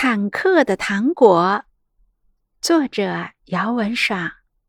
坦克的糖果，作者姚文爽。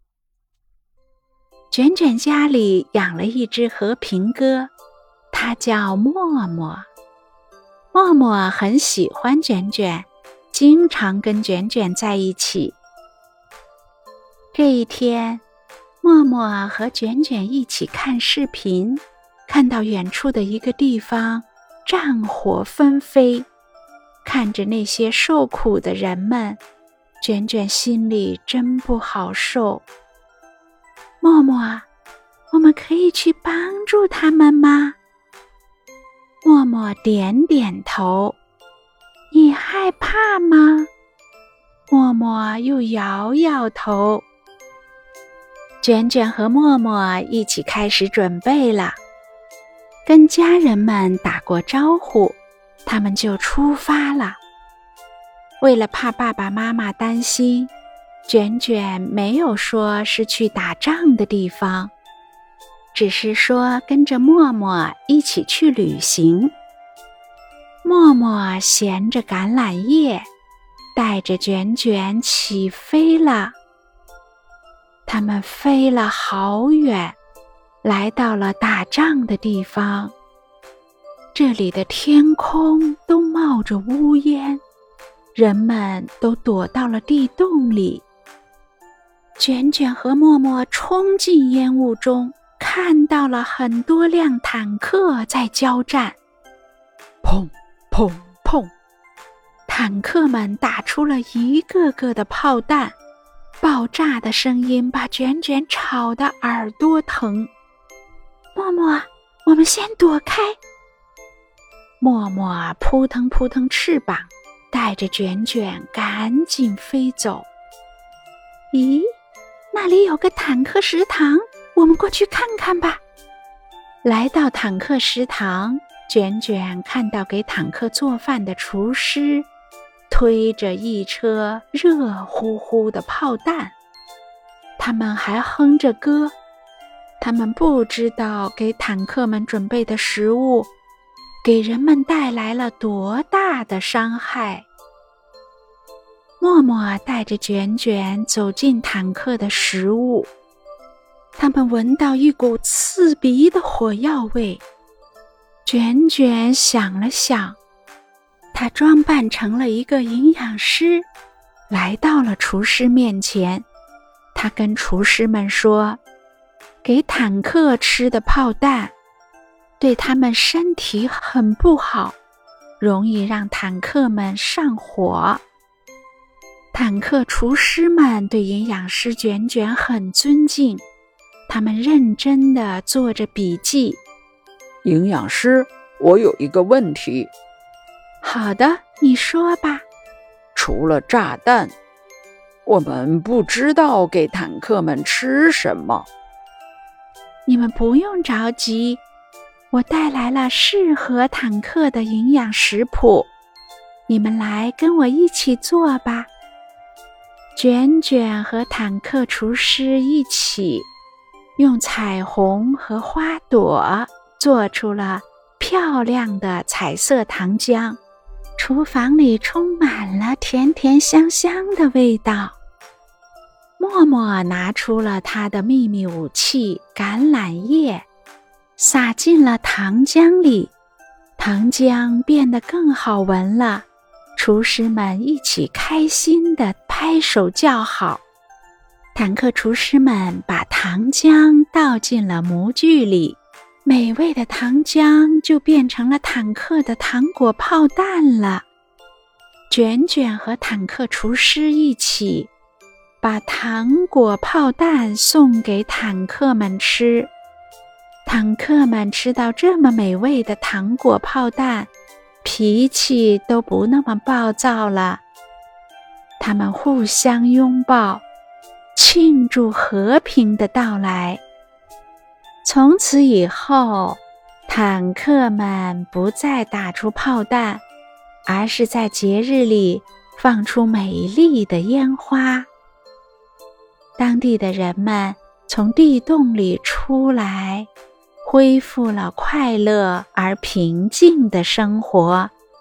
卷卷家里养了一只和平鸽，它叫默默。默默很喜欢卷卷，经常跟卷卷在一起。这一天，默默和卷卷一起看视频，看到远处的一个地方战火纷飞，看着那些受苦的人们，卷卷心里真不好受。默默，我们可以去帮助他们吗？默默点点头。你害怕吗？默默又摇摇头。卷卷和默默一起开始准备了，跟家人们打过招呼，他们就出发了。为了怕爸爸妈妈担心，卷卷没有说是去打仗的地方，只是说跟着默默一起去旅行。默默衔着橄榄叶，带着卷卷起飞了。他们飞了好远，来到了打仗的地方。这里的天空都冒着乌烟，人们都躲到了地洞里。卷卷和默默冲进烟雾中，看到了很多辆坦克在交战。砰砰砰，坦克们打出了一个个的炮弹，爆炸的声音把卷卷吵得耳朵疼。默默，我们先躲开。默默扑腾扑腾翅膀，带着卷卷赶紧飞走。咦，那里有个坦克食堂，我们过去看看吧。来到坦克食堂，卷卷看到给坦克做饭的厨师推着一车热乎乎的炮弹，他们还哼着歌。他们不知道给坦克们准备的食物给人们带来了多大的伤害。默默带着卷卷走进坦克的食物，他们闻到一股刺鼻的火药味。卷卷想了想，他装扮成了一个营养师，来到了厨师面前。他跟厨师们说，给坦克吃的炮弹对他们身体很不好，容易让坦克们上火。坦克厨师们对营养师卷卷很尊敬，他们认真地做着笔记。 营养师，我有一个问题。 好的，你说吧。 除了炸弹，我们不知道给坦克们吃什么。 你们不用着急，我带来了适合坦克的营养食谱，你们来跟我一起做吧。卷卷和坦克厨师一起用彩虹和花朵做出了漂亮的彩色糖浆，厨房里充满了甜甜香香的味道。默默拿出了他的秘密武器橄榄叶，撒进了糖浆里，糖浆变得更好闻了。厨师们一起开心地拍手叫好。坦克厨师们把糖浆倒进了模具里，美味的糖浆就变成了坦克的糖果炮弹了。卷卷和坦克厨师一起把糖果炮弹送给坦克们吃。坦克们吃到这么美味的糖果炮弹，脾气都不那么暴躁了。他们互相拥抱，庆祝和平的到来。从此以后，坦克们不再打出炮弹，而是在节日里放出美丽的烟花。当地的人们从地洞里出来，恢复了快乐而平静的生活，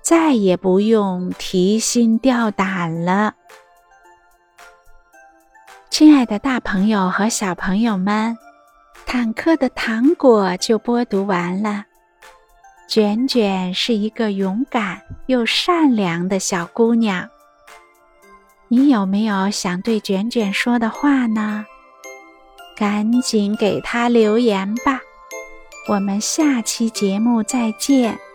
再也不用提心吊胆了。亲爱的大朋友和小朋友们，坦克的糖果就播读完了。卷卷是一个勇敢又善良的小姑娘。你有没有想对卷卷说的话呢？赶紧给她留言吧。我们下期节目再见。